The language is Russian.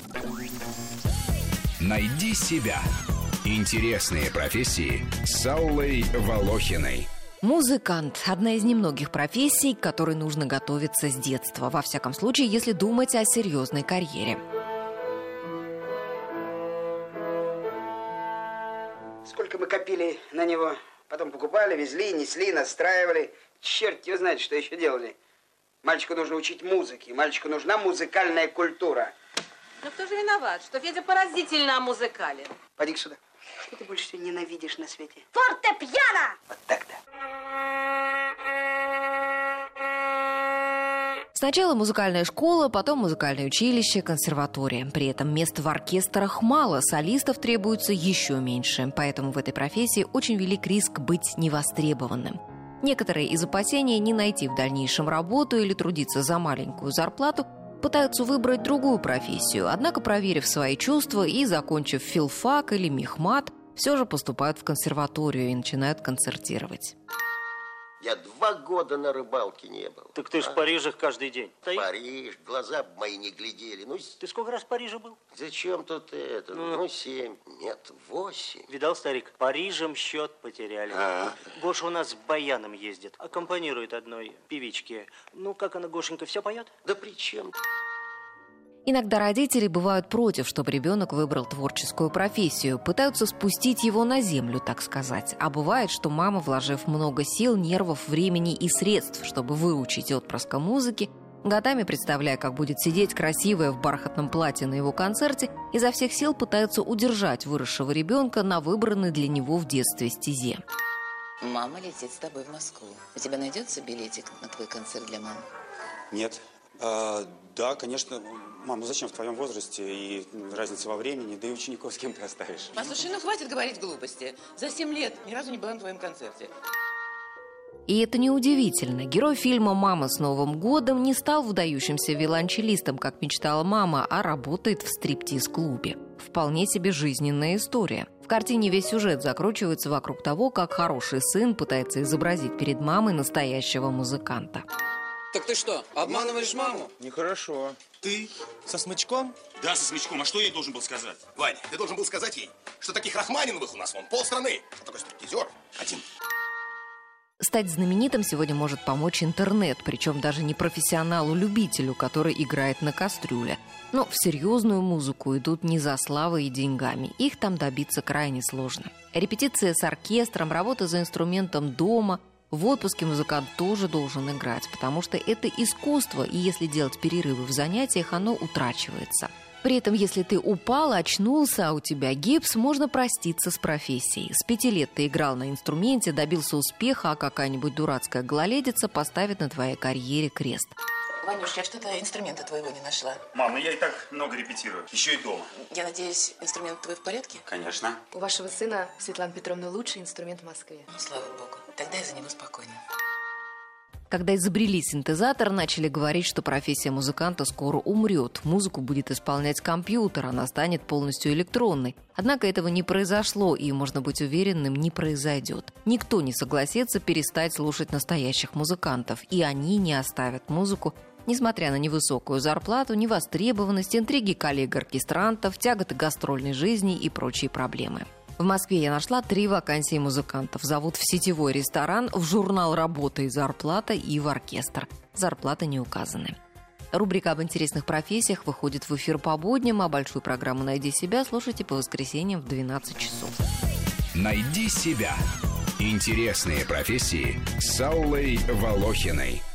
Найди себя. Интересные профессии с Аллой Волохиной. Музыкант – одна из немногих профессий, к которой нужно готовиться с детства. Во всяком случае, если думать о серьезной карьере. Сколько мы копили на него. Потом покупали, везли, несли, настраивали. Черт его знает, что еще делали. Мальчику нужно учить музыке. Мальчику нужна музыкальная культура. Ну кто же виноват, что Федя поразительно омузыкален? Поди-ка сюда. Что ты больше всего ненавидишь на свете? Фортепиано! Вот так-то. Сначала музыкальная школа, потом музыкальное училище, консерватория. При этом мест в оркестрах мало, солистов требуется еще меньше. Поэтому в этой профессии очень велик риск быть невостребованным. Некоторые из опасений не найти в дальнейшем работу или трудиться за маленькую зарплату пытаются выбрать другую профессию. Однако, проверив свои чувства и закончив филфак или мехмат, все же поступают в консерваторию и начинают концертировать. Я 2 года на рыбалке не был. Так ты ж в Париже каждый день. Париж, глаза б мои не глядели. Ты сколько раз в Париже был? Зачем тут это? 7, нет, 8. Видал, старик, Парижем счет потеряли. Гоша у нас с баяном ездит, аккомпанирует одной певичке. Ну, как она, Гошенька, все поет? Да при чем? Иногда родители бывают против, чтобы ребенок выбрал творческую профессию, пытаются спустить его на землю, так сказать. А бывает, что мама, вложив много сил, нервов, времени и средств, чтобы выучить отпрыска музыки, годами представляя, как будет сидеть красивая в бархатном платье на его концерте, изо всех сил пытаются удержать выросшего ребенка на выбранной для него в детстве стезе. Мама летит с тобой в Москву. У тебя найдется билетик на твой концерт для мамы? Нет. Да, конечно. Мама, зачем в твоем возрасте и разница во времени, да и учеников с кем ты оставишь? Послушай, хватит говорить глупости. За 7 лет ни разу не была на твоем концерте. И это неудивительно. Герой фильма «Мама с Новым годом» не стал выдающимся виолончелистом, как мечтала мама, а работает в стриптиз-клубе. Вполне себе жизненная история. В картине весь сюжет закручивается вокруг того, как хороший сын пытается изобразить перед мамой настоящего музыканта. Так ты что, обманываешь маму? Нехорошо. Ты со смычком? Да, со смычком. А что я ей должен был сказать? Ваня, ты должен был сказать ей, что таких Рахманиновых у нас вон полстраны. Что такой стриптизер? Один. Стать знаменитым сегодня может помочь интернет, причем даже не профессионалу-любителю, который играет на кастрюле. Но в серьезную музыку идут не за славой и деньгами. Их там добиться крайне сложно. Репетиция с оркестром, работа за инструментом дома. В отпуске музыкант тоже должен играть, потому что это искусство, и если делать перерывы в занятиях, оно утрачивается. При этом, если ты упал, очнулся, а у тебя гипс, можно проститься с профессией. С 5 лет ты играл на инструменте, добился успеха, а какая-нибудь дурацкая гололедица поставит на твоей карьере крест. Ванюш, я что-то инструмента твоего не нашла. Мам, я и так много репетирую, еще и дома. Я надеюсь, инструмент твой в порядке? Конечно. У вашего сына, Светланы Петровны, лучший инструмент в Москве. Ну, слава богу. Тогда я за него спокойна. Когда изобрели синтезатор, начали говорить, что профессия музыканта скоро умрет. Музыку будет исполнять компьютер, она станет полностью электронной. Однако этого не произошло, и, можно быть уверенным, не произойдет. Никто не согласится перестать слушать настоящих музыкантов, и они не оставят музыку, несмотря на невысокую зарплату, невостребованность, интриги коллег-оркестрантов, тяготы гастрольной жизни и прочие проблемы. В Москве я нашла 3 вакансии музыкантов. Зовут в сетевой ресторан, в журнал «Работа и зарплата» и в оркестр. Зарплаты не указаны. Рубрика об интересных профессиях выходит в эфир по будням, а большую программу «Найди себя» слушайте по воскресеньям в 12 часов. «Найди себя». Интересные профессии с Аллой Волохиной.